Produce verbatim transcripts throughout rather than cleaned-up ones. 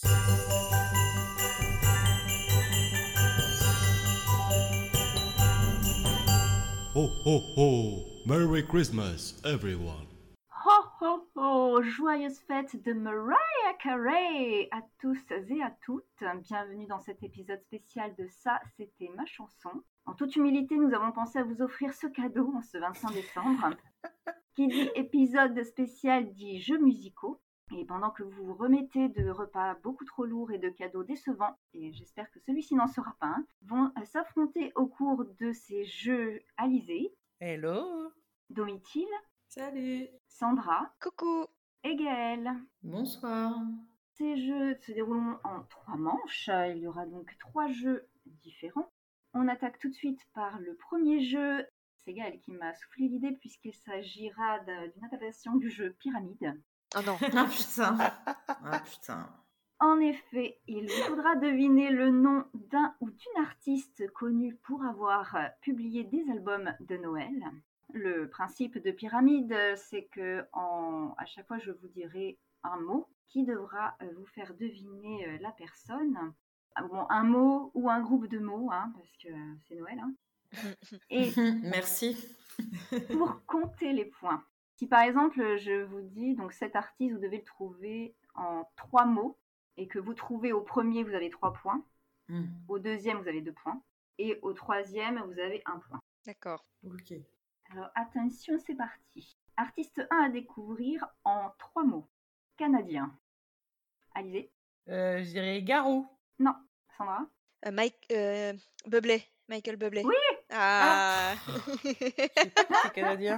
Ho ho ho! Merry Christmas, everyone! Ho ho ho! Joyeuse fête de Mariah Carey à tous et à toutes. Bienvenue dans cet épisode spécial de Ça, c'était ma chanson. En toute humilité, nous avons pensé à vous offrir ce cadeau en ce vingt-cinq décembre. Qui dit épisode spécial dit jeux musicaux. Et pendant que vous vous remettez de repas beaucoup trop lourds et de cadeaux décevants, et j'espère que celui-ci n'en sera pas un, vont s'affronter au cours de ces jeux Alizée. Hello. Domitil. Salut. Sandra. Coucou. Et Gaëlle. Bonsoir. Ces jeux se dérouleront en trois manches. Il y aura donc trois jeux différents. On attaque tout de suite par le premier jeu. C'est Gaëlle qui m'a soufflé l'idée puisqu'il s'agira d'une adaptation du jeu Pyramide. Oh non. Ah putain. Ah putain. En effet, il vous faudra deviner le nom d'un ou d'une artiste connue pour avoir publié des albums de Noël. Le principe de Pyramide, c'est que en, à chaque fois, je vous dirai un mot qui devra vous faire deviner la personne. Bon, un mot ou un groupe de mots, hein, parce que c'est Noël. Hein. Et merci. Pour compter les points. Si par exemple, je vous dis, donc cet artiste, vous devez le trouver en trois mots, et que vous trouvez au premier, vous avez trois points. Mm. Au deuxième, vous avez deux points. Et au troisième, vous avez un point. D'accord. Ok. Alors, attention, c'est parti. Artiste un à découvrir en trois mots. Canadien. Alizée. Euh, je dirais Garou. Non. Sandra. Euh, Mike, euh, Bublé. Michael Bublé. Oui. Ah. ah. C'est canadien.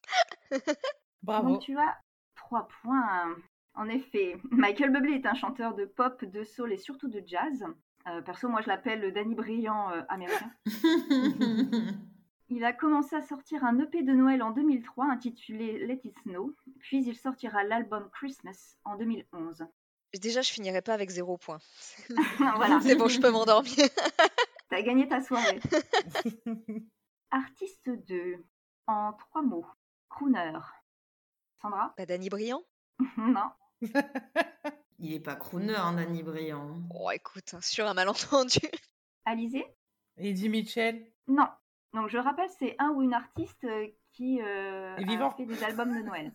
Bravo. Donc, tu as trois points. En effet, Michael Bublé est un chanteur de pop, de soul et surtout de jazz. Euh, perso, moi, je l'appelle le Danny Brillant euh, américain. Il a commencé à sortir un E P de Noël en deux mille trois intitulé Let It Snow, puis il sortira l'album Christmas en deux mille onze. Déjà, je finirai pas avec zéro point. Voilà. C'est bon, je peux m'endormir. T'as gagné ta soirée. Artiste deux, en trois mots. Crooner. Sandra. Bah, Danny Brillant. Non. Il est pas crooner, hein, Danny Brillant. Oh, écoute, hein, sur un malentendu. Alizée. Eddie Mitchell. Non. Donc, je rappelle, c'est un ou une artiste qui euh, a fait des albums de Noël.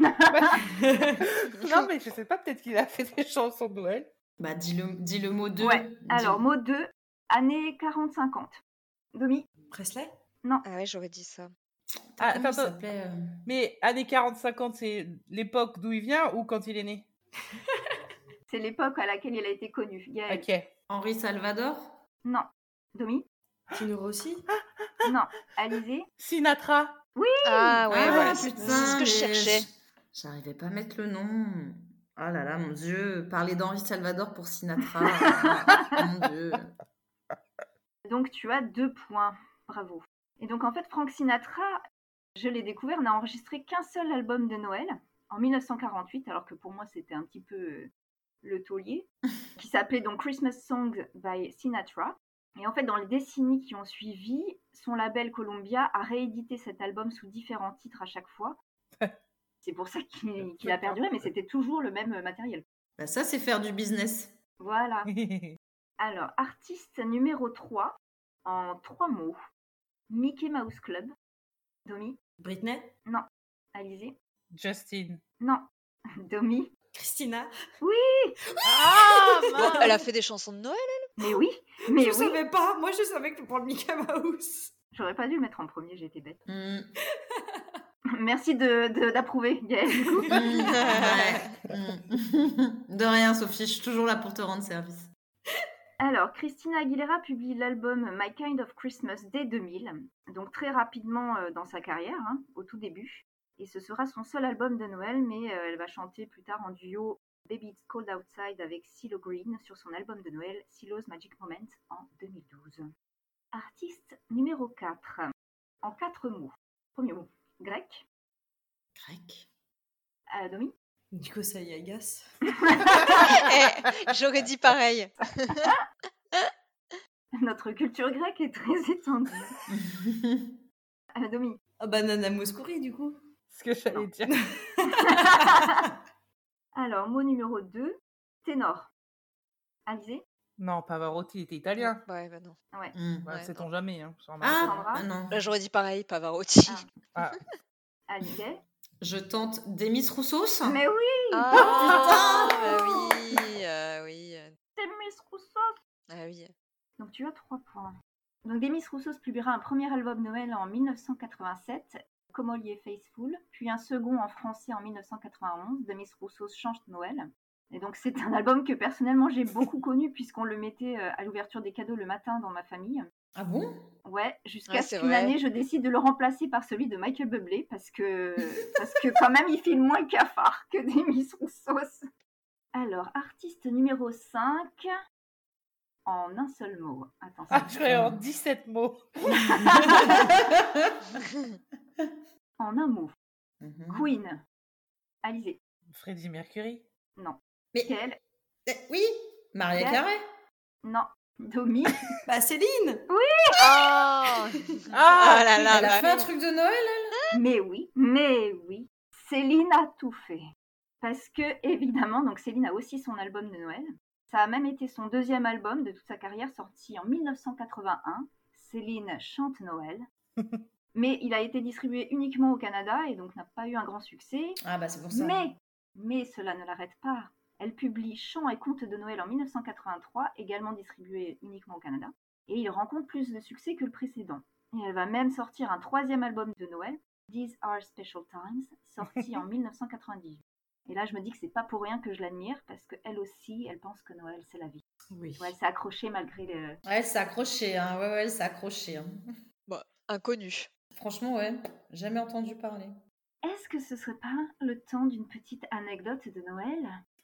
Non, mais je sais pas, peut-être qu'il a fait des chansons de Noël. Bah, dis le, dis le mot deux. Ouais, dis... alors, mot deux, années quarante cinquante. Domi. Presley. Non. Ah ouais, j'aurais dit ça. Ah, attends, ça attends. s'appelait, euh... Mais années quarante cinquante, c'est l'époque d'où il vient ou quand il est né? C'est l'époque à laquelle il a été connu. Gaëlle. Ok. Henri Salvador. Non. Domi. Tino Rossi. Non. Alizée. Sinatra. Oui. Ah ouais, ah, voilà, putain, c'est ce que je cherchais. J'arrivais pas à mettre le nom. Oh là là, mon Dieu. Parler d'Henri Salvador pour Sinatra. Oh, mon Dieu. Donc tu as deux points. Bravo. Et donc en fait, Frank Sinatra, je l'ai découvert, n'a enregistré qu'un seul album de Noël en mille neuf cent quarante-huit, alors que pour moi c'était un petit peu euh, le taulier, qui s'appelait donc Christmas Songs by Sinatra. Et en fait, dans les décennies qui ont suivi, son label Columbia a réédité cet album sous différents titres à chaque fois. C'est pour ça qu'il, qu'il a perduré, mais c'était toujours le même matériel. Bah ça, c'est faire du business. Voilà. Alors, artiste numéro trois, en trois mots. Mickey Mouse Club. Domi. Britney. Non. Alizée. Justin. Non. Domi. Christina. Oui. Ah bon, elle a fait des chansons de Noël, elle. Mais oui. Mais je oui. savais pas. Moi, je savais que pour le Mickey Mouse. J'aurais pas dû le mettre en premier, j'ai été bête. Mm. Merci de, de, d'approuver, Gaëlle. Mm. Ouais. Mm. De rien, Sophie. Je suis toujours là pour te rendre service. Alors, Christina Aguilera publie l'album My Kind of Christmas dès deux mille, donc très rapidement euh, dans sa carrière, hein, au tout début. Et ce sera son seul album de Noël, mais euh, elle va chanter plus tard en duo Baby It's Cold Outside avec CeeLo Green sur son album de Noël CeeLo's Magic Moment en deux mille douze. Artiste numéro quatre, en quatre mots. Premier mot, grec. Grec. Euh, Domi. Nikos Aliagas. Eh, j'aurais dit pareil. Notre culture grecque est très étendue. euh, Domi. Ah bah Nana Mouskouri, du coup. Ce que j'allais dire. Alors, mot numéro deux, ténor. Alizé? Non, Pavarotti était italien. Ouais, bah non. Ouais. Hmm. Bah, Ouais, sait-on non. jamais. Hein, sur un Ah, marathon. Sandra? ah non. Là, j'aurais dit pareil, Pavarotti. Ah. Ah, Alizé? Je tente Demis Roussos. Mais oui! Ah, bah oui, euh, oui. euh, Demis Roussos! Ah oui. Donc tu as trois points. Donc Demis Roussos publiera un premier album Noël en mille neuf cent quatre-vingt-sept, Comolier Faithful, puis un second en français en mille neuf cent quatre-vingt-onze, Demis Roussos chante Noël. Et donc c'est un album que personnellement j'ai beaucoup connu puisqu'on le mettait à l'ouverture des cadeaux le matin dans ma famille. Ah bon? Ouais, jusqu'à Ouais, ce c'est qu'une vrai. année je décide de le remplacer par celui de Michael Bublé parce que, parce que quand même il file moins cafard que Demis Roussos. Alors, artiste numéro cinq, en un seul mot. Attends, Ah, c'est je croyais en dix-sept mots. en un mot. Mhm. Queen. Alizé. Freddie Mercury. Non. Mais Quel? eh, oui, Maria Quel? Carré. Non. Domi. Bah, Céline! Oh Ah, Ah là là, Elle a bah fait un oui. truc de Noël, elle? Mais oui, mais oui. Céline a tout fait. Parce que, évidemment, donc Céline a aussi son album de Noël. Ça a même été son deuxième album de toute sa carrière, sorti en mille neuf cent quatre-vingt-un. Céline chante Noël. Mais il a été distribué uniquement au Canada et donc n'a pas eu un grand succès. Ah bah c'est pour ça. Mais, mais cela ne l'arrête pas. Elle publie Chants et contes de Noël en mille neuf cent quatre-vingt-trois, également distribué uniquement au Canada. Et il rencontre plus de succès que le précédent. Et elle va même sortir un troisième album de Noël, These Are Special Times, sorti en mille neuf cent quatre-vingt-dix-huit. Et là, je me dis que c'est pas pour rien que je l'admire, parce qu'elle aussi, elle pense que Noël, c'est la vie. Oui. Ouais, elle s'est accrochée malgré le... Ouais, elle s'est accrochée, hein. Ouais, ouais, elle s'est accrochée. Hein. Bon, inconnu. Franchement, ouais, jamais entendu parler. Est-ce que ce serait pas le temps d'une petite anecdote de Noël?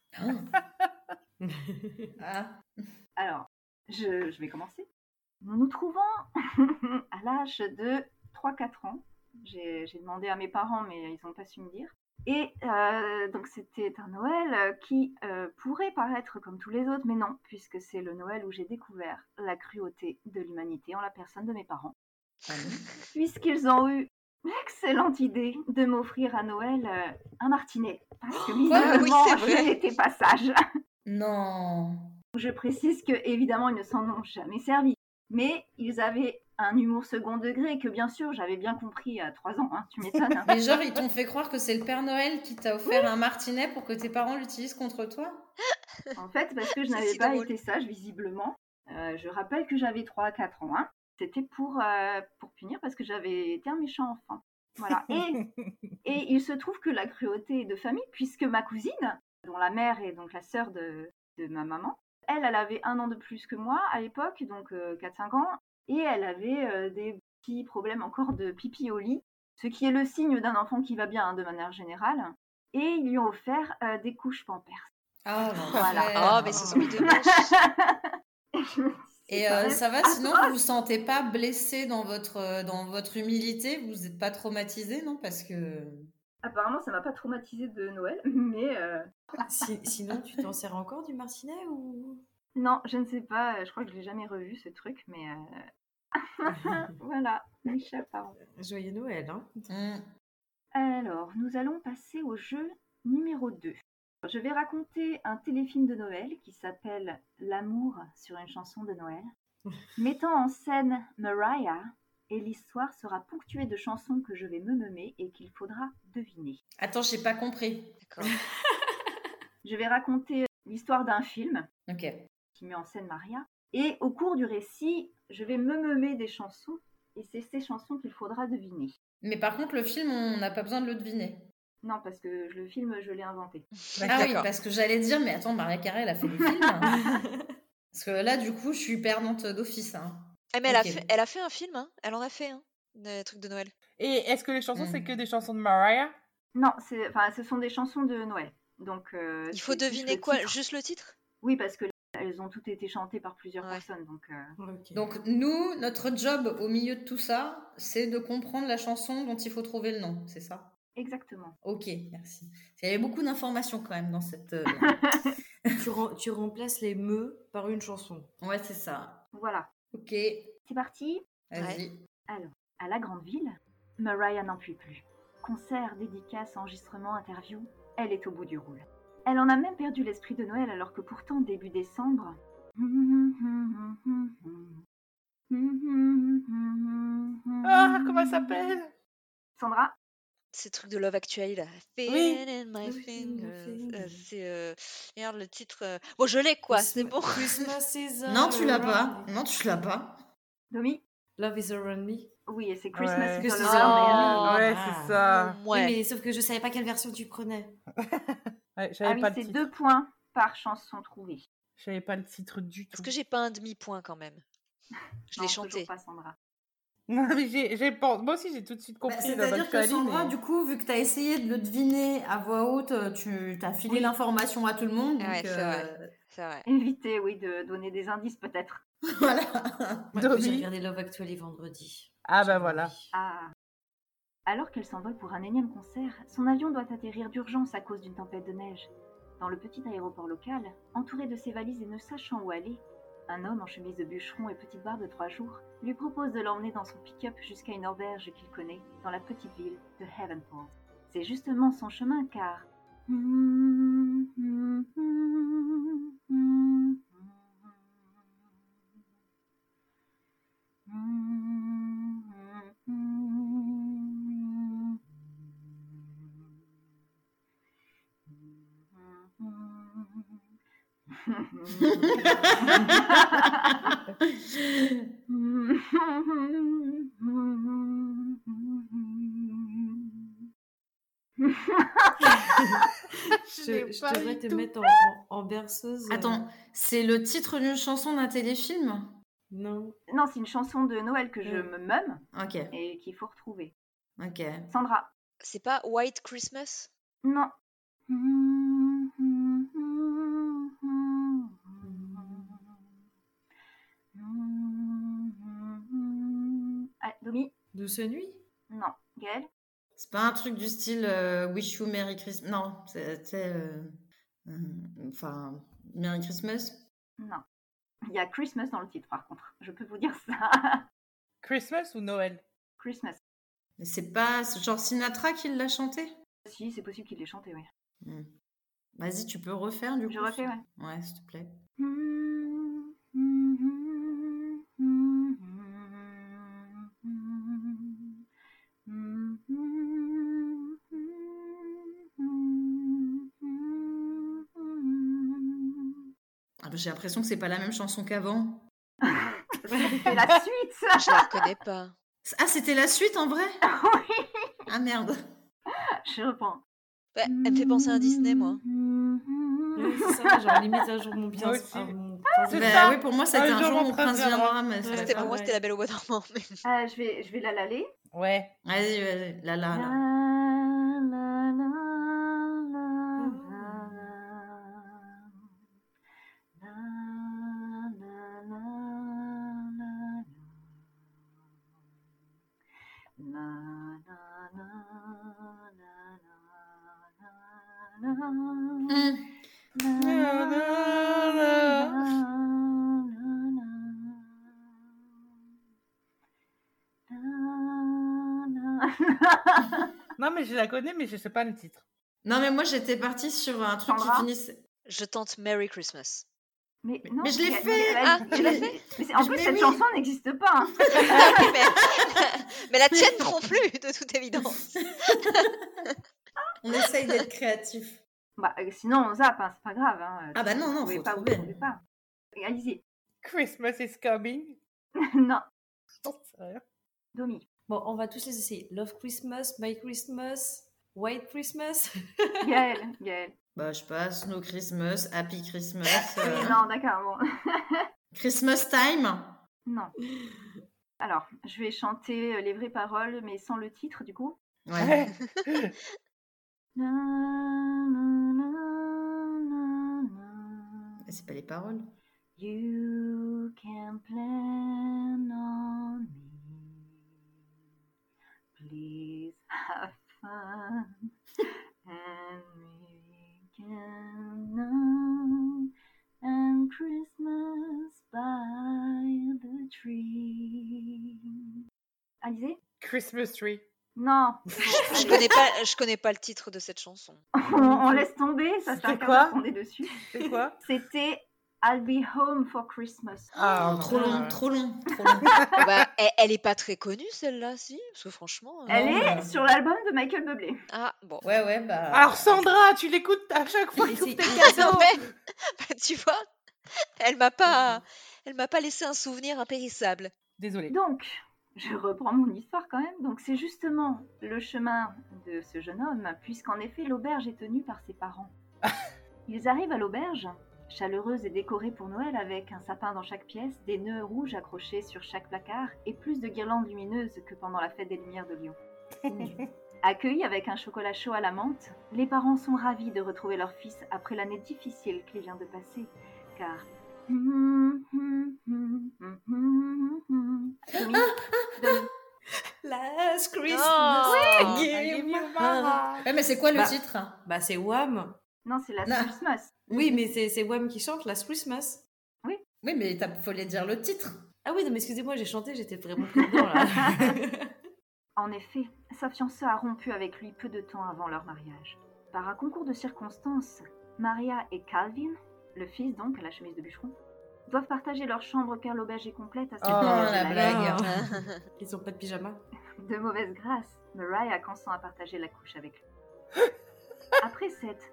Ah. Ah. Alors, je, je vais commencer. Nous nous trouvons à l'âge de trois quatre ans. J'ai, j'ai demandé à mes parents, mais ils n'ont pas su me dire. Et euh, donc c'était un Noël qui euh, pourrait paraître comme tous les autres, mais non, puisque c'est le Noël où j'ai découvert la cruauté de l'humanité en la personne de mes parents. Ah non. Puisqu'ils ont eu l'excellente idée de m'offrir à Noël euh, un martinet. Parce que Ah oui, visiblement, c'est vrai. je n'étais pas sage. Non. Je précise que évidemment ils ne s'en ont jamais servi, mais ils avaient un humour second degré que bien sûr j'avais bien compris à trois ans, hein, tu m'étonnes. Hein. Mais genre, ils t'ont fait croire que c'est le Père Noël qui t'a offert oui. un martinet pour que tes parents l'utilisent contre toi? En fait, parce que je n'avais si pas drôle. été sage visiblement. Euh, je rappelle que j'avais trois à quatre ans. Hein. C'était pour, euh, pour punir parce que j'avais été un méchant enfant. Voilà. Et, et il se trouve que la cruauté est de famille, puisque ma cousine, dont la mère est donc la sœur de, de ma maman, elle, elle avait un an de plus que moi à l'époque, donc euh, quatre cinq ans, et elle avait euh, des petits problèmes encore de pipi au lit, ce qui est le signe d'un enfant qui va bien hein, de manière générale. Et ils lui ont offert euh, des couches Pampers. Ah, voilà. Ah, mais c'est celui de moche. Et euh, ça va, sinon vous vous sentez pas blessé dans votre, dans votre humilité? Vous n'êtes pas traumatisé, non? Parce que... Apparemment, ça m'a pas traumatisé de Noël, mais... Euh... Si, sinon, tu t'en sers encore du martinet ou... Non, je ne sais pas, je crois que je l'ai jamais revu ce truc, mais... Euh... voilà, mes chers parents. Joyeux Noël, hein. Mm. Alors, nous allons passer au jeu numéro deux. Je vais raconter un téléfilm de Noël qui s'appelle L'amour sur une chanson de Noël, mettant en scène Mariah, et l'histoire sera ponctuée de chansons que je vais me nommer et qu'il faudra deviner. Attends, j'ai pas compris. D'accord. Je vais raconter l'histoire d'un film Ok. qui met en scène Maria, et au cours du récit, je vais me nommer des chansons, et c'est ces chansons qu'il faudra deviner. Mais par contre, le film, on n'a pas besoin de le deviner. Non, parce que le film, je l'ai inventé. Ah oui, parce que j'allais dire, mais attends, Maria Carré, elle a fait des films. Hein. Parce que là, du coup, je suis perdante d'office. Hein. Ah, mais elle, okay. a fait, elle a fait un film, hein. Elle en a fait, hein, des trucs de Noël. Et est-ce que les chansons, mmh. c'est que des chansons de Mariah? Non, c'est, enfin, ce sont des chansons de Noël. Donc, euh, il faut deviner quoi? titre. Juste le titre? Oui, parce que elles ont toutes été chantées par plusieurs ouais. personnes. Donc, euh... okay. donc, nous, notre job au milieu de tout ça, c'est de comprendre la chanson dont il faut trouver le nom, c'est ça? Exactement. Ok, merci. Il y avait beaucoup d'informations quand même dans cette... Euh... tu, rem- tu remplaces les me par une chanson. Ouais, c'est ça. Voilà. Ok. C'est parti. Vas-y. Ouais. Alors, à la grande ville, Mariah n'en peut plus. Concert, dédicace, enregistrement, interview, elle est au bout du rôle. Elle en a même perdu l'esprit de Noël alors que pourtant, début décembre, Ah, comment elle s'appelle? Sandra? C'est le truc de Love Actually, là. Oui. Feel in my Oui, fingers. my Euh, fingers. c'est. euh, Regarde le titre. euh, Bon, je l'ai, quoi, c'est Christmas- bon. Christmas is Non, tu l'as all pas. around me. Non, tu l'as pas. Domi? Love is around me. Oui, et c'est Christmas Ouais. is Que all c'est around, ça. mais- Ouais, Ah. c'est ça. Bon, ouais. Oui, mais sauf que je savais pas quelle version tu prenais. Ouais, Ah j'avais oui, pas le c'est titre. deux points par chanson trouvée. J'avais pas le titre du tout. Est-ce que j'ai pas un demi-point quand même? Je l'ai Non, chanté. toujours pas Sandra. Non, mais j'ai, j'ai pas- Moi aussi, j'ai tout de suite Bah, compris. Love C'est-à-dire que Actually, Sandra, mais- du coup, vu que tu as essayé de le deviner à voix haute, euh, tu as filé Oui. l'information à tout le monde. Ouais, donc, c'est euh, vrai. C'est vrai. Évitez, oui, de donner des indices peut-être. voilà. Ouais, Dobby. j'ai regardé Love Actually vendredi. Ah bah J'avais voilà. envie. Ah. Alors qu'elle s'envole pour un énième concert, son avion doit atterrir d'urgence à cause d'une tempête de neige. Dans le petit aéroport local, entouré de ses valises et ne sachant où aller, un homme en chemise de bûcheron et petite barbe de trois jours lui propose de l'emmener dans son pick-up jusqu'à une auberge qu'il connaît dans la petite ville de Havenport. C'est justement son chemin car... Je, l'ai je pas devrais du te tout. mettre en, en- en berceuse. euh, Attends, c'est le titre d'une chanson d'un téléfilm? Non. Non, c'est une chanson de Noël que je Ouais. me meume Ok, et qu'il faut retrouver. ok. Sandra? C'est pas White Christmas? Non. Ah, Domi? Douce nuit. Non. Gaël? C'est pas un truc du style euh, Wish You Merry Christmas. Non, c'est. c'est, euh, euh, Enfin, Merry Christmas. Non. Il y a Christmas dans le titre par contre. Je peux vous dire ça. Christmas ou Noël? Christmas. Mais c'est pas c'est genre Sinatra qui l'a chanté? Si, c'est possible qu'il l'ait chanté, oui. Hmm. Vas-y, tu peux refaire du coup. Je refais, ouais. Ouais, s'il te plaît. Ah, bah, j'ai l'impression que c'est pas la même chanson qu'avant. C'est la suite. Je la reconnais pas. Ah, c'était la suite en vrai? Oui. Ah merde. Je reprends. Bah, elle me fait penser à un Disney, moi. Oui, c'est ça, genre limite un jour mon Moi prince. aussi. ah, mon C'est prince- Bah ça. oui, pour moi, c'était Un un jour, jour mon mon prince prince viendra, viendra. mais Ouais, c'est C'était pas pour grave. moi, c'était la Belle au bois dormant. Mais... Euh, je vais, je vais la laler. Ouais. Vas-y, vas-y, là, là, La, là. la, la, la, la, la, la, la, la, la, la, la, la, la, la, Hmm. la, la, Non, mais je la connais, mais je sais pas le titre. Non, mais moi, j'étais partie sur un truc Sandra qui finissait. Je tente Merry Christmas. Mais, Mais- non, mais je l'ai mais- fait. mais- Ah, mais- tu l'as mais- fait mais c'est- En Je- plus, mais cette oui. chanson n'existe pas. hein. Ah oui, mais... mais la tienne non plus, de toute évidence. On essaye d'être créatif. Bah, euh, sinon, on zappe, hein, c'est pas grave. Hein. Ah bah non, non, Vous pouvez faut pas, vous trouver. trouvez pas. Allez-y. Christmas is coming. Non, J'en sais rien. Domi. Bon, on va tous les essayer. Love Christmas, My Christmas, White Christmas. Gaël, Gaël. Bah, je sais pas, Snow Christmas, Happy Christmas, Oui, euh, non, d'accord, bon. Christmas Time. Non. Alors, je vais chanter euh, les vraies paroles, mais sans le titre, du coup. Ouais. La, la, la, la, la. C'est pas les paroles. You can plan on me. Please have fun. And we can know. And Christmas by the tree. Alizé? Christmas tree. Non. Je connais pas, je connais pas le titre de cette chanson. on, on laisse tomber, ça fait un C'était quart quoi d'heure qu'on est dessus. C'est quoi? C'était I'll be home for Christmas. Ah, Oh, trop non, long, ouais. trop long, trop long. Bah, elle, elle est pas très connue celle-là, si? Parce que franchement. euh, Elle Non, est mais- sur l'album de Michael Bublé. Ah, bon. Ouais, ouais, bah. Alors Sandra, tu l'écoutes à chaque fois Mais que tu c'est- tes Non, cadeaux. mais, bah, tu vois, elle m'a pas, elle m'a pas laissé un souvenir impérissable. Désolée. Donc, je reprends mon histoire quand même. Donc, c'est justement le chemin de ce jeune homme, puisqu'en effet, l'auberge est tenue par ses parents. Ils arrivent à l'auberge, chaleureuse et décorée pour Noël, avec un sapin dans chaque pièce, des nœuds rouges accrochés sur chaque placard et plus de guirlandes lumineuses que pendant la fête des Lumières de Lyon. Accueillis avec un chocolat chaud à la menthe, les parents sont ravis de retrouver leur fils après l'année difficile qu'il vient de passer, car... Demi, demi. Last Christmas. Oh. I gave I give my you heart. my heart. Ouais, mais c'est quoi le Bah. titre? Bah, c'est Wham. Non, c'est Last Non. Christmas. Oui, mais c'est c'est Wham qui chante Last Christmas. Oui, mais il fallait dire le titre. Ah oui, non, mais excusez-moi, j'ai chanté, j'étais vraiment pris dedans là. En effet, sa fiancée a rompu avec lui peu de temps avant leur mariage. Par un concours de circonstances, Maria et Calvin, le fils donc à la chemise de bûcheron, doivent partager leur chambre car l'auberge est complète à ce Oh, mariage la de blague. Ils ont pas de pyjama. De mauvaise grâce, Mariah consent à partager la couche avec lui. Après cette...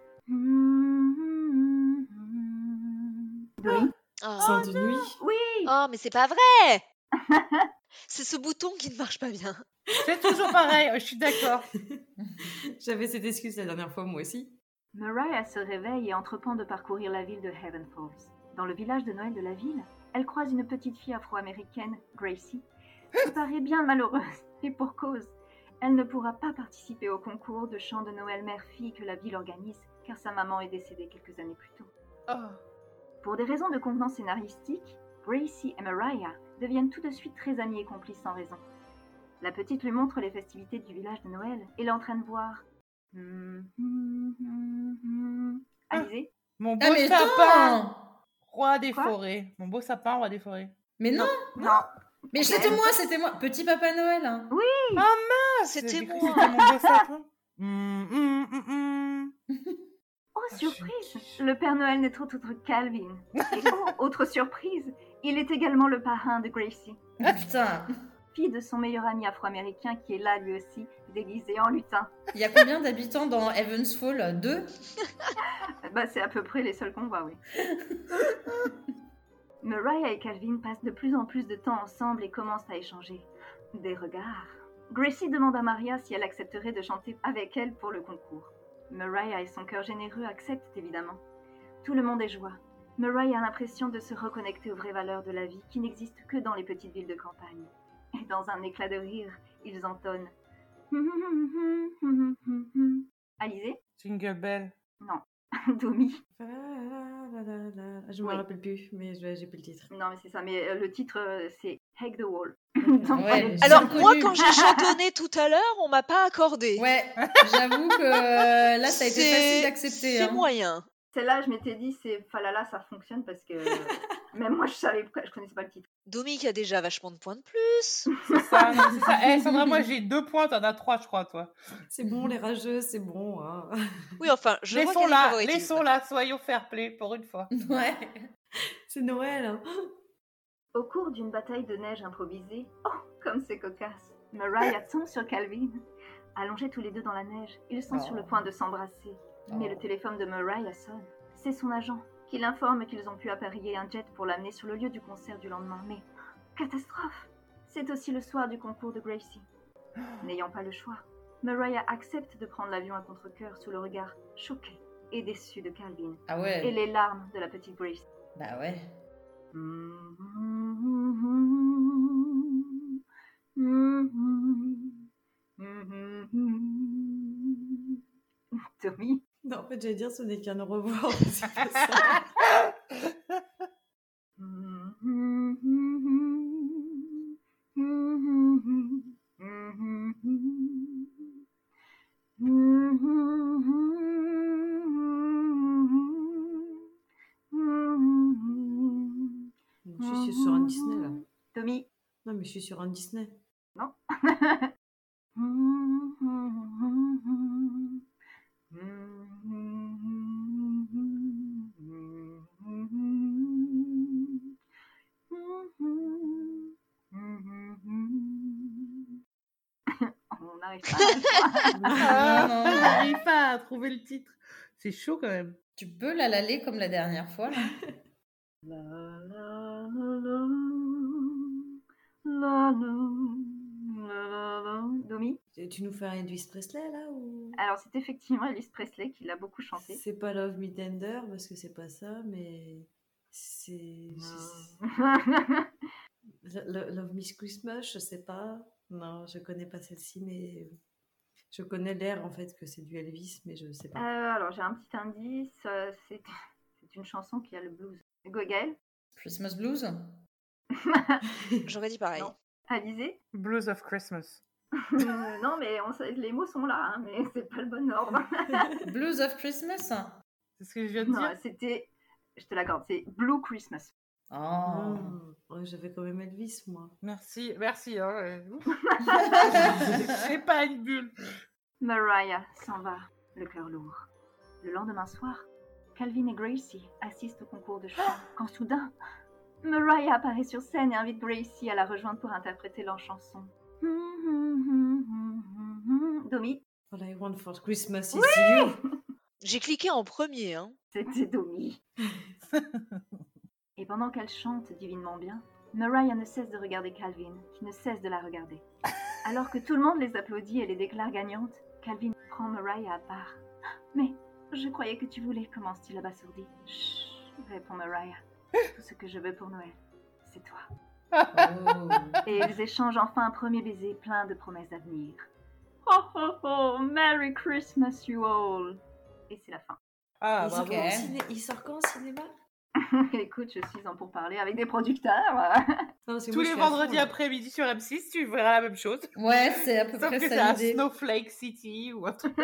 Demi. Oh. Sainte nuit. Oui, Oh, mais c'est pas vrai. C'est ce bouton qui ne marche pas bien. C'est toujours pareil, je suis d'accord. J'avais cette excuse la dernière fois, moi aussi. Mariah se réveille et entreprend de parcourir la ville de Heaven Falls. Dans le village de Noël de la ville, elle croise une petite fille afro-américaine, Gracie, qui paraît bien malheureuse, et pour cause. Elle ne pourra pas participer au concours de chant de Noël mère-fille que la ville organise, car sa maman est décédée quelques années plus tôt. Oh. Pour des raisons de convenance scénaristique, Gracie et Mariah deviennent tout de suite très amies et complices sans raison. La petite lui montre les festivités du village de Noël et l'entraîne voir. Alizé, Mon beau Ah, mais sapin, attends! roi des Quoi forêts. Mon beau sapin, roi des forêts. Mais non! non, Mais Ok. c'était moi, c'était moi! Petit Papa Noël! Hein. Ah, C'était j'ai cru que moi. C'était mon beau sapin. Hum, hum, hum, hum. oh surprise, le Père Noël n'est autre que Calvin. Et oh, autre surprise, il est également le parrain de Gracie, Ah, putain! fille de son meilleur ami afro-américain qui est là lui aussi, déguisé en lutin. Il y a combien d'habitants dans Heaven's Fall? Deux? Bah, c'est à peu près les seuls qu'on voit, oui. Mariah et Calvin passent de plus en plus de temps ensemble et commencent à échanger des regards. Gracie demande à Maria si elle accepterait de chanter avec elle pour le concours. Mariah et son cœur généreux acceptent évidemment. Tout le monde est joie. Mariah a l'impression de se reconnecter aux vraies valeurs de la vie qui n'existent que dans les petites villes de campagne. Et dans un éclat de rire, ils entonnent. Alizé? Jingle Bell. Non. Domi? Je me Oui. rappelle plus, mais je- j'ai plus le titre. Non, mais c'est ça. Mais euh, le titre, euh, c'est Hug the Wall. Ouais, Donc, mais prenez- j'ai Alors, reconnu. moi, quand j'ai chantonné tout à l'heure, on m'a pas accordé. Ouais, j'avoue que euh, là, ça a été C'est- facile d'accepter. C'est hein. moyen. Celle-là, je m'étais dit, c'est Falala, ça fonctionne parce que même moi, je savais, je connaissais pas le titre. Domic a déjà vachement de points de plus. C'est ça, non, c'est ça. Eh, Sandra, moi j'ai deux points, t'en as trois, je crois, toi. C'est bon, les rageux, c'est bon. Hein. Oui, enfin, je vois quel est le Laissons-la, favoritisme. laissons-la, soyons fair play pour une fois. Ouais. C'est Noël. Hein. Au cours d'une bataille de neige improvisée, oh, comme c'est cocasse, Mariah tombe sur Calvin. Allongés tous les deux dans la neige, ils sont Oh. sur le point de s'embrasser. Mais Oh. le téléphone de Mariah sonne. C'est son agent qui l'informe qu'ils ont pu appareiller un jet pour l'amener sur le lieu du concert du lendemain. Mais, catastrophe! C'est aussi le soir du concours de Gracie. N'ayant pas le choix, Mariah accepte de prendre l'avion à contre-cœur sous le regard choqué et déçu de Calvin Ah et ouais. les larmes de la petite Gracie. Bah ouais. Tommy, Non, en fait, j'allais dire ce n'est qu'un au revoir. mais c'est pas ça. Je suis sur un Disney là. Tommy. Non, mais je suis sur un Disney. n'arrive pas. à- Ah, Non, non, non. j'arrive pas à trouver le titre. C'est chaud quand même. Tu peux la laler comme la dernière fois, là. La, la, la, la, la, la, la, la. Domi. Tu tu nous fais un Elvis Presley là ou Alors, c'est effectivement Elvis Presley qui l'a beaucoup chanté. c'est pas Love Me Tender parce que c'est pas ça, mais c'est Lo- Lo- Love Me Christmas, je sais pas. Non, je connais pas celle-ci, mais je connais l'air en fait que c'est du Elvis, mais je sais Euh, pas. alors, j'ai un petit indice. euh, C'est c'est une chanson qui a le blues. Gaël. Christmas Blues. J'aurais dit pareil. Non. Alizé. Blues of Christmas. Euh, non, mais on sait- les mots sont là, hein, mais c'est pas le bon ordre. Blues of Christmas. C'est ce que je viens de Non, dire. c'était, je te l'accorde, c'est Blue Christmas. Oh. Ah, ouais, j'avais quand même Elvis, moi. Merci, merci. Hein, ouais. C'est pas une bulle. Mariah s'en va, le cœur lourd. Le lendemain soir, Calvin et Gracie assistent au concours de chant quand soudain, Mariah apparaît sur scène et invite Gracie à la rejoindre pour interpréter leur chanson. Domi, All I want for Christmas is you. J'ai cliqué en premier, hein. c'était Domi. Et pendant qu'elle chante divinement bien, Mariah ne cesse de regarder Calvin, qui ne cesse de la regarder. Alors que tout le monde les applaudit et les déclare gagnantes, Calvin prend Mariah à part. « Mais je croyais que tu voulais, » commence-t-il abasourdi. « Chut, » répond Mariah. « Tout ce que je veux pour Noël, c'est toi. » Oh. Et ils échangent enfin un premier baiser plein de promesses d'avenir. « Oh oh oh, Merry Christmas you all !» Et c'est la fin. Ah, il, sort bravo. quand au Ok. ciné- il sort quand au cinéma? Écoute, je suis en pourparlers avec des producteurs. Non, parce que Tous moi, je les suis à fond, vendredis là. après-midi sur M six, tu verras la même chose. Ouais, c'est à peu Sauf près que c'est ça à l'idée. Snowflake City ou un truc.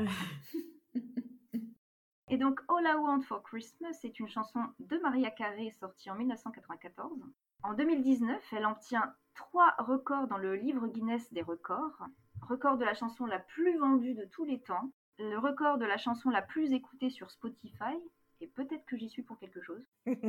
Et donc, All I Want for Christmas est une chanson de Mariah Carey sortie en mille neuf cent quatre-vingt-quatorze. En deux mille dix-neuf, elle obtient trois records dans le livre Guinness des records. Record de la chanson la plus vendue de tous les temps, le record de la chanson la plus écoutée sur Spotify, et peut-être que j'y suis pour quelque chose.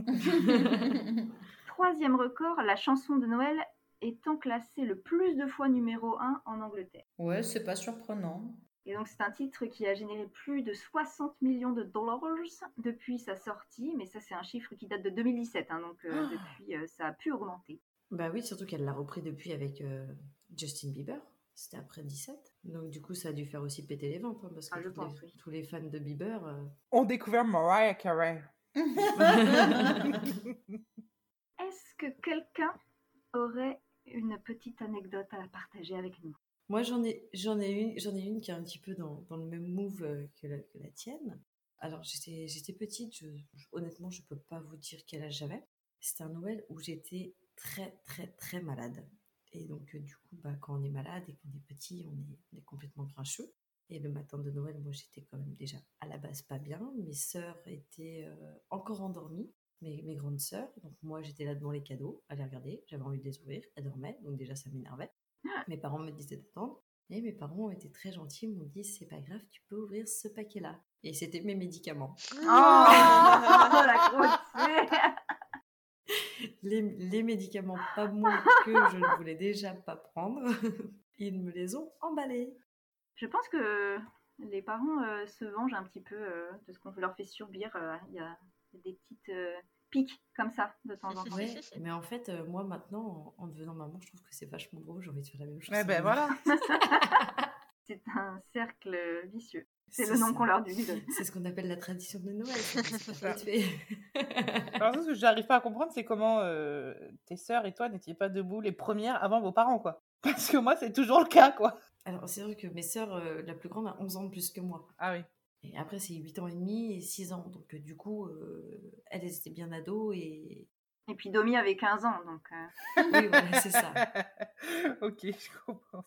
Troisième record, la chanson de Noël étant classée le plus de fois numéro un en Angleterre. Ouais, c'est pas surprenant. Et donc c'est un titre qui a généré plus de soixante millions de dollars depuis sa sortie, mais ça c'est un chiffre qui date de deux mille dix-sept, hein, donc euh, depuis euh, ça a pu augmenter. Bah oui, surtout qu'elle l'a repris depuis avec euh, Justin Bieber. C'était après dix-sept. Donc du coup, ça a dû faire aussi péter les ventes. hein, parce que Ah, je tous, pense, les, oui. tous les fans de Bieber... euh, On découvert Mariah Carey. Est-ce que quelqu'un aurait une petite anecdote à partager avec nous? Moi, j'en ai, j'en ai une, j'en ai une qui est un petit peu dans, dans le même move euh, que la, que la tienne. Alors, j'étais, j'étais petite, je, je- honnêtement, je peux pas vous dire quel âge j'avais. C'était un Noël où j'étais très, très, très malade. Et donc, euh, du coup, bah, quand on est malade et qu'on est petit, on est, on est complètement grincheux. Et le matin de Noël, moi, j'étais quand même déjà à la base pas bien. Mes sœurs étaient euh, encore endormies, mes, mes grandes sœurs. Donc, moi, j'étais là devant les cadeaux, à les regarder. J'avais envie de les ouvrir. Elles dormaient, donc déjà, ça m'énervait. Mes parents me disaient d'attendre. Et mes parents ont été très gentils, m'ont dit c'est pas grave, tu peux ouvrir ce paquet-là. Et c'était mes médicaments. Oh, la grosse Les, les médicaments pas moi que je ne voulais déjà pas prendre, ils me les ont emballés. Je pense que les parents euh, se vengent un petit peu euh, de ce qu'on leur fait subir. euh, Il y a des petites euh, piques comme ça de temps en temps. Ouais, mais en fait, euh, moi maintenant, en, en devenant maman, je trouve que c'est vachement drôle, j'ai envie de faire la même chose. Ouais, ben voilà. C'est un cercle vicieux. C'est le nom qu'on leur dit. C'est ce qu'on appelle la tradition de Noël. C'est c'est pas vite fait. Alors, ce que j'arrive pas à comprendre, c'est comment euh, tes sœurs et toi n'étiez pas debout les premières avant vos parents, quoi. Parce que moi, c'est toujours le cas, quoi. Alors, c'est vrai que mes sœurs, euh, la plus grande a onze ans de plus que moi. Ah oui. Et après, c'est huit ans et demi et six ans. Donc, euh, du coup, euh, elles étaient bien ados et... Et puis Domi avait quinze ans, donc... euh, Oui, voilà, c'est ça. Ok, je comprends.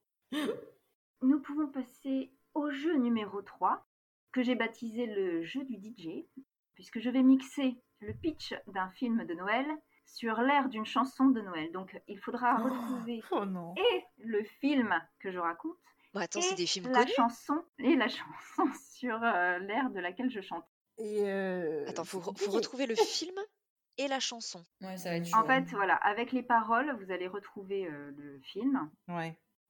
Nous pouvons passer au jeu numéro trois, que j'ai baptisé le jeu du D J, puisque je vais mixer le pitch d'un film de Noël sur l'air d'une chanson de Noël. Donc, il faudra retrouver Oh non. et le film que je raconte, Bah attends, et c'est des films la connus. chanson, et la chanson sur euh, l'air de laquelle je chante. Et euh, Attends, faut, c'est re- faut compliqué. retrouver le film et la chanson. Ouais, ça va être chaud. En fait, voilà, avec les paroles, vous allez retrouver euh, le film. Ouais.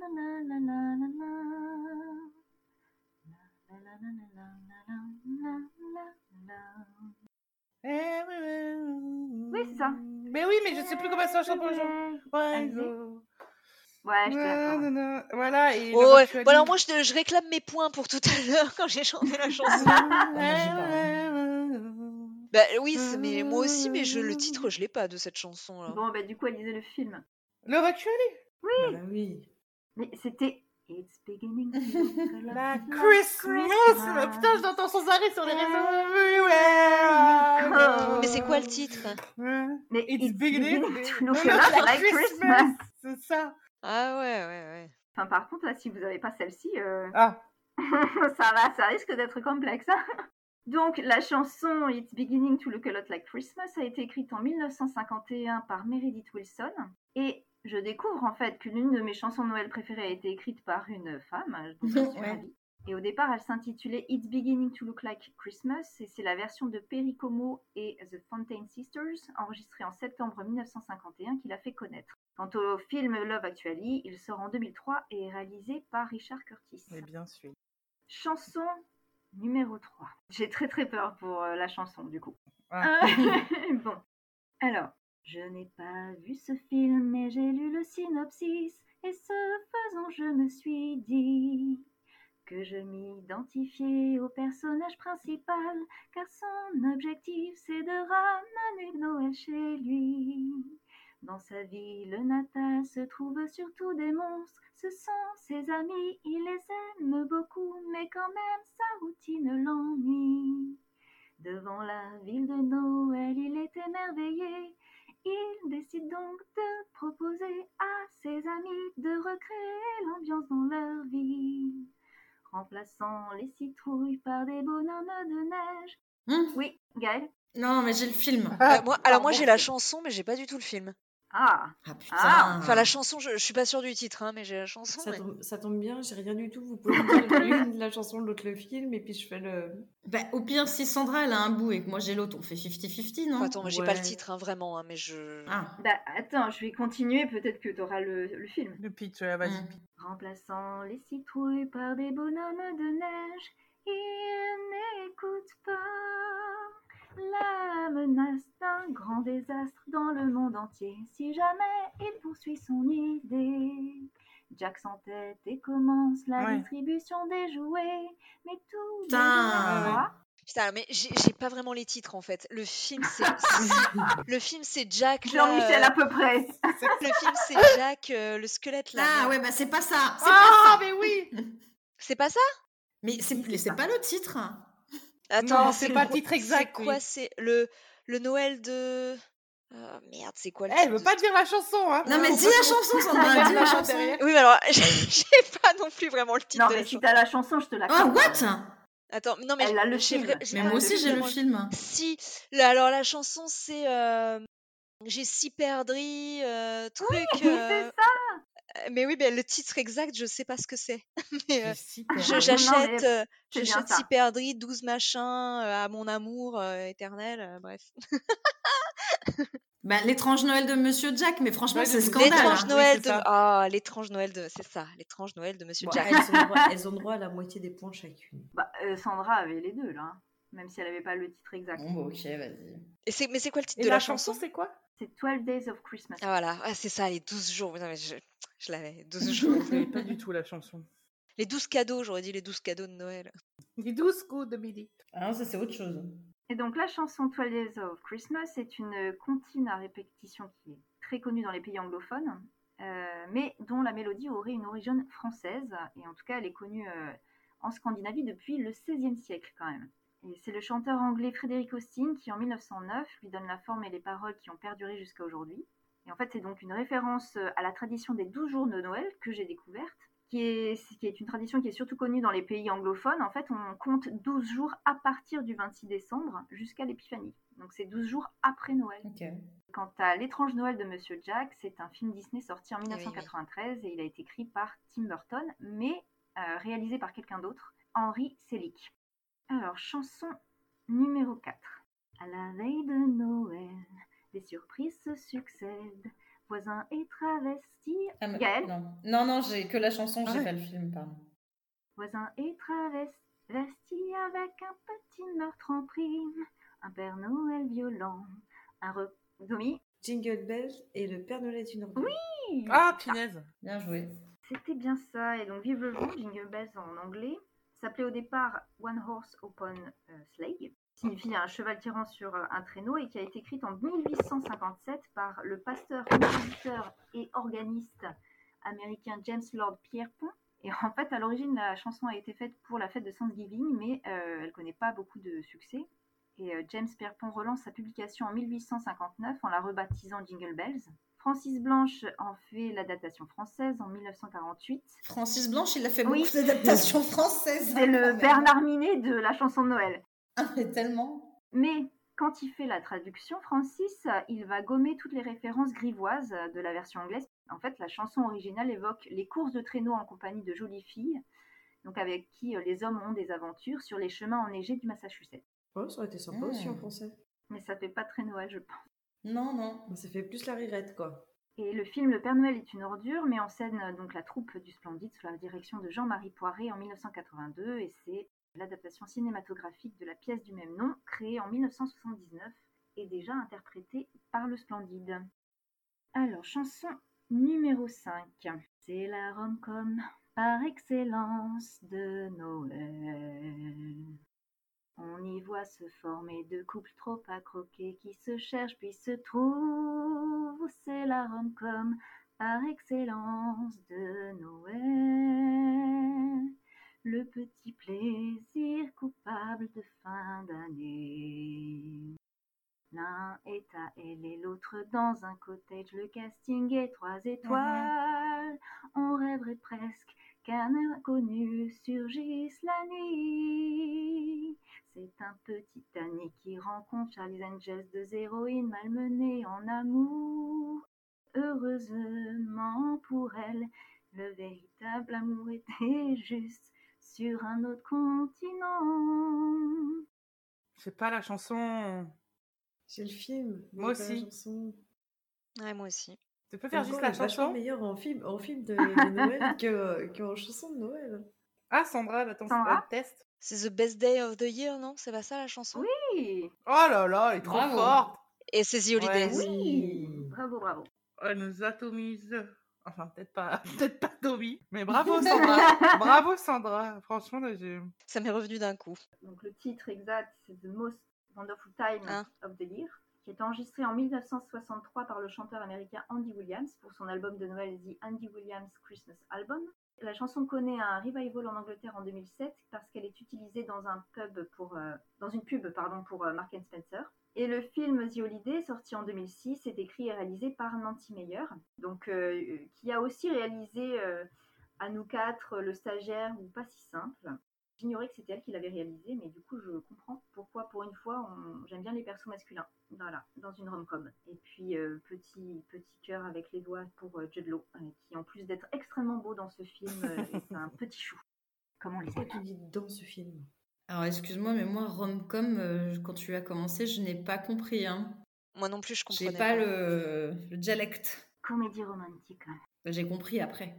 Oui, c'est ça. Mais oui, mais je sais plus comment ça chante pour le jour. Ouais, Allez-y. go. Ouais, je te l'accorde. Nanana. Voilà, et Oh, le ouais. Rock Bon, alors Actually. moi, je, je réclame mes points pour tout à l'heure quand j'ai chanté la chanson. Ah, moi, j'ai pas, hein. Bah oui, c'est- mais moi aussi, mais je, le titre, je l'ai pas de cette chanson-là. Bon, bah du coup, elle disait le film. Le Rock Actually. Ah bah oui. Mais c'était It's beginning to look a lot La like Christmas. Christmas. Putain, je l'entends sans arrêt sur les réseaux. Everywhere I go. Mais c'est quoi le titre? Mais It's It's beginning beginning to to look look a lot like like Christmas. Christmas. C'est ça. Ah ouais, ouais, ouais. Enfin, par contre, là, si vous n'avez pas celle-ci, euh, Ah, ça va, ça risque d'être complexe. hein. Donc, la chanson It's Beginning to Look a Lot Like Christmas a été écrite en mille neuf cent cinquante et un par Meredith Willson. Et je découvre en fait que l'une de mes chansons de Noël préférées a été écrite par une femme, donc je suis Ouais. ravie. Et au départ, elle s'intitulait It's Beginning to Look Like Christmas, et c'est la version de Perry Como et The Fontaine Sisters, enregistrée en septembre mille neuf cent cinquante et un, qui l'a fait connaître. Quant au film Love Actually, il sort en deux mille trois et est réalisé par Richard Curtis. mais bien sûr. Chanson numéro trois. J'ai très très peur pour euh, la chanson du coup. Ah. Euh, bon, alors, je n'ai pas vu ce film, mais j'ai lu le synopsis, et ce faisant, je me suis dit que je m'identifiais au personnage principal, car son objectif c'est de ramener Noël chez lui. Dans sa ville natale se trouvent surtout des monstres, ce sont ses amis, il les aime beaucoup, mais quand même sa routine l'ennuie. Devant la ville de Noël, il est émerveillé, il décide donc de proposer à ses amis de recréer l'ambiance dans leur ville, remplaçant les citrouilles par des bonhommes de neige. Hum Oui, Gaëlle? Non, mais j'ai le film. Euh, moi, alors moi pardon. j'ai la chanson, mais j'ai pas du tout le film. Ah, Ah putain. Ah. Enfin la chanson, je, je suis pas sûre du titre, hein, mais j'ai la chanson. Ça mais- tombe, ça tombe bien, j'ai rien du tout. Vous pouvez me dire l'une la chanson, l'autre le film, et puis je fais le. Bah, au pire, si Sandra elle a un bout et que moi j'ai l'autre, on fait cinquante cinquante, non? Enfin, attends, mais j'ai pas le Ouais. titre, hein, vraiment, hein, mais je. Ah. bah attends, je vais continuer, peut-être que tu auras le, le film. Le pitch, ouais, vas-y. Hum. Remplaçant les citrouilles par des bonhommes de neige, il n'écoute pas la menace d'un grand désastre dans le monde entier. Si jamais il poursuit son idée, Jack s'entête et commence la Ouais. distribution des jouets. Mais tout Putain. démarre. Putain, mais j'ai j'ai pas vraiment les titres en fait. Le film c'est le film c'est Jack. là, Jean-Michel euh, à peu près. Le film c'est Jack, euh, le squelette là. Ah merde. ouais, bah c'est pas ça. C'est Ah, pas ça. mais oui. C'est pas ça? Mais c'est c'est c'est ça. pas le titre. Attends, Non, c'est pas le titre exact, C'est quoi? oui. C'est le le Noël de. Ah, merde, c'est quoi le Eh, elle titre veut de pas ce dire la chanson, hein. Non, mais Faut dis pas la qu'on- chanson, Sandra, dis la chanson. Derrière. Oui, mais alors, j'ai j'ai pas non plus vraiment le titre Non, de mais la si chanson. t'as la chanson, je te la Oh, compte. what? Attends, non, mais Elle a le j'ai film. vra- j'ai Mais pas moi aussi j'ai le vraiment- film. Si, là, alors la chanson c'est euh, j'ai si perdri, euh, truc. c'est euh, ça. euh, Mais oui, mais le titre exact, je sais pas ce que c'est. Mais euh, J'ai si peur. je- Non, j'achète mais euh, c'est bien j'achète ça. si perdri, douze machins euh, à mon amour euh, éternel, euh, bref. Bah, l'étrange Noël de Monsieur Jack, mais franchement Ouais, c'est de- scandale. L'étrange Oui, Noël c'est de. ça. Ah, l'étrange Noël de. C'est ça, l'étrange Noël de Monsieur Bon, Jack. elles, ont droit, elles ont droit à la moitié des points chacune. Bah, euh, Sandra avait les deux là, hein, même si elle avait pas le titre exact. Bon, bah, ok, vas-y. Et c'est, mais c'est quoi le titre Et de la la chanson, chanson? c'est quoi? C'est twelve Days of Christmas. Ah voilà, ah, c'est ça, les douze jours. Non, mais je, je l'avais, douze jours. Je l'avais pas du tout, la chanson. Les douze cadeaux, j'aurais dit les douze cadeaux de Noël. Les douze coups de midi. Ah non, ça c'est autre chose. Et donc la chanson twelve Days of Christmas est une comptine à répétition qui est très connue dans les pays anglophones, euh, mais dont la mélodie aurait une origine française, et en tout cas elle est connue euh, en Scandinavie depuis le seizième siècle quand même. Et c'est le chanteur anglais Frédéric Austin qui en mille neuf cent neuf lui donne la forme et les paroles qui ont perduré jusqu'à aujourd'hui. Et en fait c'est donc une référence à la tradition des douze jours de Noël que j'ai découverte, qui est, qui est une tradition qui est surtout connue dans les pays anglophones. En fait, on compte douze jours à partir du vingt-six décembre jusqu'à l'épiphanie. Donc, c'est douze jours après Noël. Ok. Quant à L'étrange Noël de Monsieur Jack, c'est un film Disney sorti en oui, oui. dix-neuf cent quatre-vingt-treize et il a été écrit par Tim Burton, mais euh, réalisé par quelqu'un d'autre, Henry Selick. Alors, chanson numéro quatre. À la veille de Noël, des surprises se succèdent. Voisins et travestis. Ah, mais- Gaëlle? Non, non, non, j'ai que la chanson, j'ai Ouais. pas le film, pardon. Voisin et travesti avec un petit meurtre en prime, un Père Noël violent, un re... Domi? Jingle Bells et le Père Noël est une ordure. Oui, Ah, c'est ça. punaise. Bien joué. C'était bien ça, et donc Vive le vent, Jingle Bells en anglais, s'appelait au départ One Horse Open euh, Sleigh, qui signifie un cheval tirant sur euh, un traîneau, et qui a été écrite en mille huit cent cinquante-sept par le pasteur, compositeur et organiste américain James Lord Pierpont. Et en fait, à l'origine, la chanson a été faite pour la fête de Thanksgiving, mais euh, elle ne connaît pas beaucoup de succès. Et euh, James Pierpont relance sa publication en mille huit cent cinquante-neuf en la rebaptisant Jingle Bells. Francis Blanche en fait l'adaptation française en mille neuf cent quarante-huit. Francis Blanche, il a fait Oui. beaucoup d'adaptations françaises. C'est hein, le quand même. Bernard Minet de la chanson de Noël. Ah, mais tellement. Mais quand il fait la traduction, Francis, il va gommer toutes les références grivoises de la version anglaise. En fait, la chanson originale évoque les courses de traîneau en compagnie de jolies filles, donc avec qui les hommes ont des aventures sur les chemins enneigés du Massachusetts. Ouais, ça aurait été sympa aussi en Mmh. français. Mais ça fait pas très Noël, je pense. Non, non. Ça fait plus la rirette, quoi. Et le film Le Père Noël est une ordure met en scène donc la troupe du Splendide sous la direction de Jean-Marie Poiré en mille neuf cent quatre-vingt-deux, et c'est l'adaptation cinématographique de la pièce du même nom, créée en mille neuf cent soixante-dix-neuf et déjà interprétée par le Splendide. Alors, chanson numéro cinq. C'est la rom-com par excellence de Noël. On y voit se former deux couples trop à croquer qui se cherchent puis se trouvent. C'est la rom-com par excellence de Noël. Le petit plaisir coupable de fin d'année. L'un est à elle et l'autre dans un cottage. Le casting est trois étoiles. On rêverait presque qu'un inconnu surgisse la nuit. C'est un petit Annie qui rencontre Charlie's Angels, deux héroïnes malmenées en amour. Heureusement pour elle, le véritable amour était juste sur un autre continent. C'est pas la chanson. J'ai le film. mais Moi pas aussi. La chanson. Ouais, moi aussi. Tu peux faire Encore, juste elle la est vachement chanson? meilleure en film, en film de, de Noël que, qu'en chanson de Noël. Ah, Sandra, attends, Sandra euh, test. C'est The Best Day of the Year, non? C'est pas ça la chanson? Oui, Oh là là, elle est trop Bravo. forte. Et c'est The Holidays. Ouais. oui, bravo, bravo. Elle nous atomise. Enfin, peut-être pas, peut-être pas Toby. Mais bravo Sandra. Bravo Sandra. Franchement, là, j'ai... Ça m'est revenu d'un coup. Donc le titre exact, c'est The Most Wonderful Time Ah. of the Year, qui est enregistré en mille neuf cent soixante-trois par le chanteur américain Andy Williams pour son album de Noël The Andy Williams Christmas Album. La chanson connaît un revival en Angleterre en deux mille sept parce qu'elle est utilisée dans un pub pour, euh, dans une pub pardon, pour euh, Marks and Spencer. Et le film The Holiday, sorti en deux mille six, est écrit et réalisé par Nancy Meyer, donc, euh, qui a aussi réalisé euh, À nous quatre, Le Stagiaire ou Pas si simple. J'ignorais que c'était elle qui l'avait réalisé, mais du coup, je comprends pourquoi, pour une fois, on... j'aime bien les persos masculins, voilà, dans une rom-com. Et puis, euh, petit, petit cœur avec les doigts pour euh, Jude Law, euh, qui, en plus d'être extrêmement beau dans ce film, euh, est un petit chou. Comment on les Pourquoi aime. tu dis dans ce film? Alors, excuse-moi, mais moi, rom-com, euh, quand tu as commencé, je n'ai pas compris. Hein. Moi non plus, je comprenais J'ai pas, Le... le dialecte. Comédie romantique. J'ai compris après.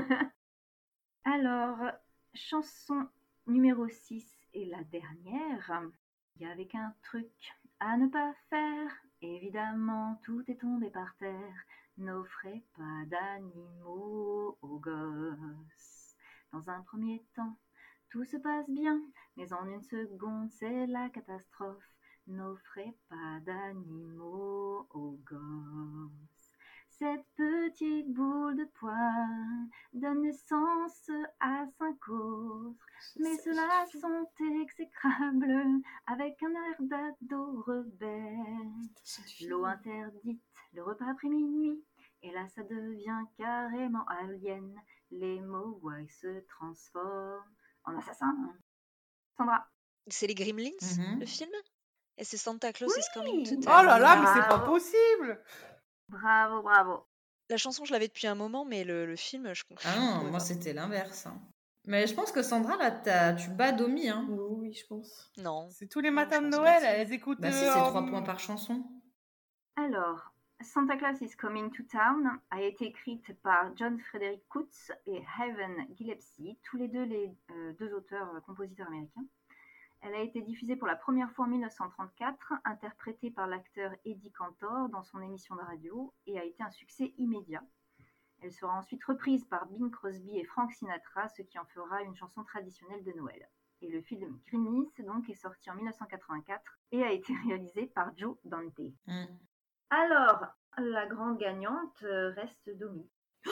Alors, chanson numéro six et la dernière. Il y avait qu'un truc à ne pas faire. Évidemment, tout est tombé par terre. N'offrez pas d'animaux aux gosses. Dans un premier temps, tout se passe bien, mais en une seconde, c'est la catastrophe. N'offrez pas d'animaux aux gosses. Cette petite boule de poils donne naissance à cinq autres, mais ceux-là sont exécrables, avec un air d'ado rebelle. L'eau interdite, le repas après minuit, et là ça devient carrément alien. Les Mogwai se transforment en assassins. Sandra. C'est les Gremlins, Mhm. le film? Et c'est Santa Claus is coming to Oh town. là là, mais c'est pas Bravo. possible. Bravo, bravo. La chanson, je l'avais depuis un moment, mais le, le film, je comprends. Ah non, Ouais, moi, bah. c'était l'inverse. hein. Mais je pense que Sandra, là, t'as- tu bats Domi. Hein. Oui, oui, je pense. Non. C'est tous les Non, matins je de pense Noël, pas. elles écoutent. Bah si, euh, c'est en- trois points par chanson. Alors, Santa Claus is Coming to Town a été écrite par John Frederick Coates et Haven Gillespie, tous les deux les euh, deux auteurs euh, compositeurs américains. Elle a été diffusée pour la première fois en mille neuf cent trente-quatre, interprétée par l'acteur Eddie Cantor dans son émission de radio, et a été un succès immédiat. Elle sera ensuite reprise par Bing Crosby et Frank Sinatra, ce qui en fera une chanson traditionnelle de Noël. Et le film Gremlins donc est sorti en mille neuf cent quatre-vingt-quatre et a été réalisé par Joe Dante. Mm. Alors, la grande gagnante euh, reste Domi.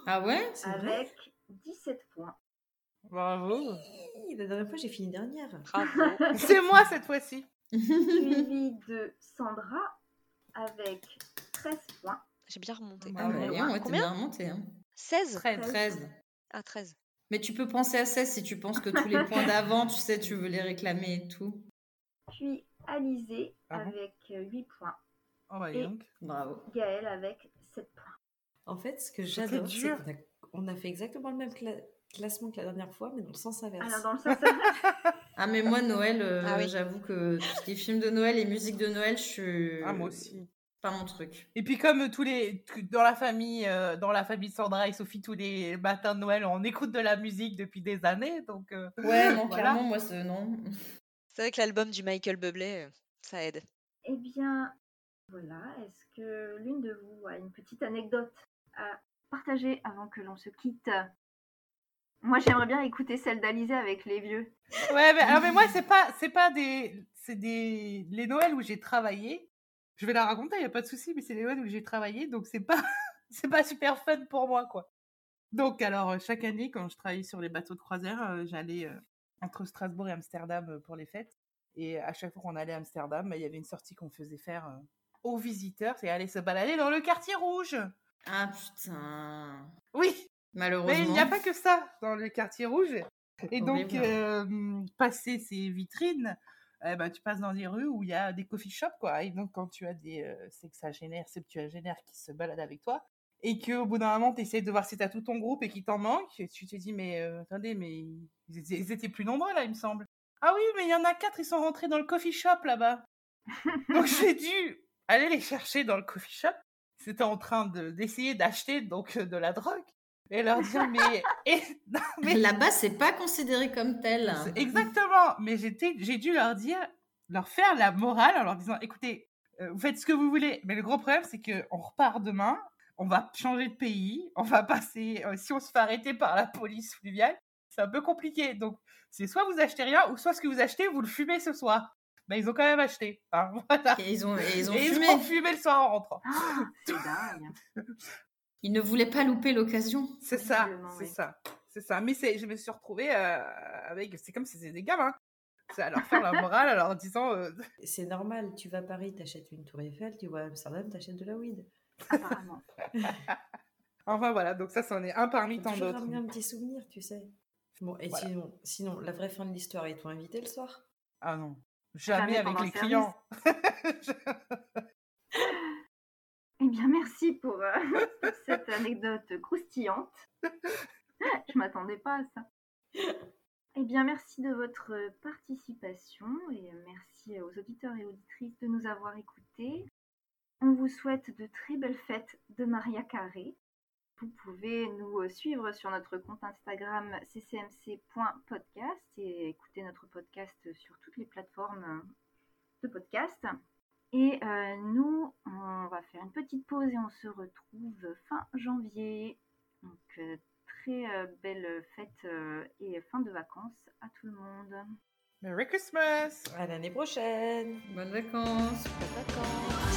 Ah ouais? C'est vrai? avec dix-sept points. Bravo. Hi, La dernière fois, j'ai fini dernière. Bravo. C'est moi cette fois-ci. Suivi de Sandra avec treize points. J'ai bien remonté. Bah Ah ouais. bah, Léon, ouais, t'es Combien bien remonté. Hein. seize treize. treize. Ah, treize. Mais tu peux penser à seize si tu penses que tous les points d'avant, tu sais, tu veux les réclamer et tout. Puis Alizé Ah bon avec huit points. Oh bah Et- donc. Bravo. Gaël avec sept points. En fait, ce que C'était j'adore, c'est dur. qu'on a, on a fait exactement le même cla- classement que la dernière fois, mais dans le sens inverse. Alors, dans le sens inverse, Ah mais moi, Noël, euh, Ah oui. j'avoue que tout ce qui est film de Noël et musique de Noël, je suis... Ah moi aussi. Pas mon truc. Et puis comme tous les dans la famille euh, dans la famille Sandra et Sophie tous les matins de Noël on écoute de la musique depuis des années donc euh, Ouais, non, Voilà. clairement, moi, c'est non. C'est vrai que l'album du Michael Bublé, euh, ça aide. eh bien, voilà. Est-ce que l'une de vous a une petite anecdote à partager avant que l'on se quitte? Moi, j'aimerais bien écouter celle d'Alizé avec les vieux. ouais mais alors mais moi c'est pas c'est pas des c'est des les Noëls où j'ai travaillé. Je vais la raconter, il y a pas de souci, mais c'est les Noëls où j'ai travaillé donc c'est pas c'est pas super fun pour moi quoi. Donc alors euh, chaque année quand je travaillais sur les bateaux de croisière, euh, j'allais euh, entre Strasbourg et Amsterdam euh, pour les fêtes et à chaque fois qu'on allait à Amsterdam, bah, il y avait une sortie qu'on faisait faire euh, aux visiteurs, c'est aller se balader dans le quartier rouge. Ah putain. Oui, Malheureusement. mais il n'y a pas que ça dans le quartier rouge. Et donc, Horrible. euh, passer ces vitrines, eh ben, tu passes dans des rues où il y a des coffee shops, quoi. Et donc, quand tu as des euh, sexagénaires, septuagénaires qui se baladent avec toi, et qu'au bout d'un moment, tu essaies de voir si tu as tout ton groupe et qu'il t'en manque, et tu te dis, mais euh, attendez, mais ils étaient, ils étaient plus nombreux, là, il me semble. Ah oui, mais il y en a quatre, ils sont rentrés dans le coffee shop, là-bas. Donc, j'ai dû aller les chercher dans le coffee shop. C'était en train de, d'essayer d'acheter donc euh, de la drogue. Et leur dire, mais... et- non, mais Là-bas, c'est pas considéré comme tel. c'est exactement. Mais j'étais, j'ai dû leur dire, leur faire la morale en leur disant, écoutez, euh, vous faites ce que vous voulez. Mais le gros problème, c'est que on repart demain, on va changer de pays, on va passer. euh, si on se fait arrêter par la police fluviale, c'est un peu compliqué. Donc, c'est soit vous achetez rien, ou soit ce que vous achetez, vous le fumez ce soir. Ben, ils ont quand même acheté. Hein, voilà. Et ils ont, et ils ont Et fumé. ils ont fumé le soir en rentrant. Ah, c'est dingue. Ils ne voulaient pas louper l'occasion. C'est ça, Visiblement, c'est oui. ça, c'est ça. Mais c'est, je me suis retrouvée euh, avec, c'est comme si c'était des gamins. C'est à leur faire la morale, en leur disant, euh, C'est normal, tu vas à Paris, t'achètes une tour Eiffel, tu vas à Amsterdam, t'achètes de la weed. Apparemment. enfin voilà, donc ça, c'en est un parmi Faut tant toujours d'autres. ramener un petit souvenir, tu sais. Bon, et Voilà. sinon, sinon, la vraie fin de l'histoire, ils t'ont invité le soir? Ah non, jamais, Jamais avec pendant les le clients. Eh bien, merci pour, euh, pour cette anecdote croustillante. Je m'attendais pas à ça. Eh bien, merci de votre participation et merci aux auditeurs et auditrices de nous avoir écoutés. On vous souhaite de très belles fêtes de Maria Carré. Vous pouvez nous suivre sur notre compte Instagram c c m c point podcast et écouter notre podcast sur toutes les plateformes de podcast. Et euh, nous, on va faire une petite pause et on se retrouve fin janvier. Donc, euh, très euh, belle fête euh, et fin de vacances à tout le monde. Merry Christmas! À l'année prochaine! Bonnes vacances. Bonnes vacances.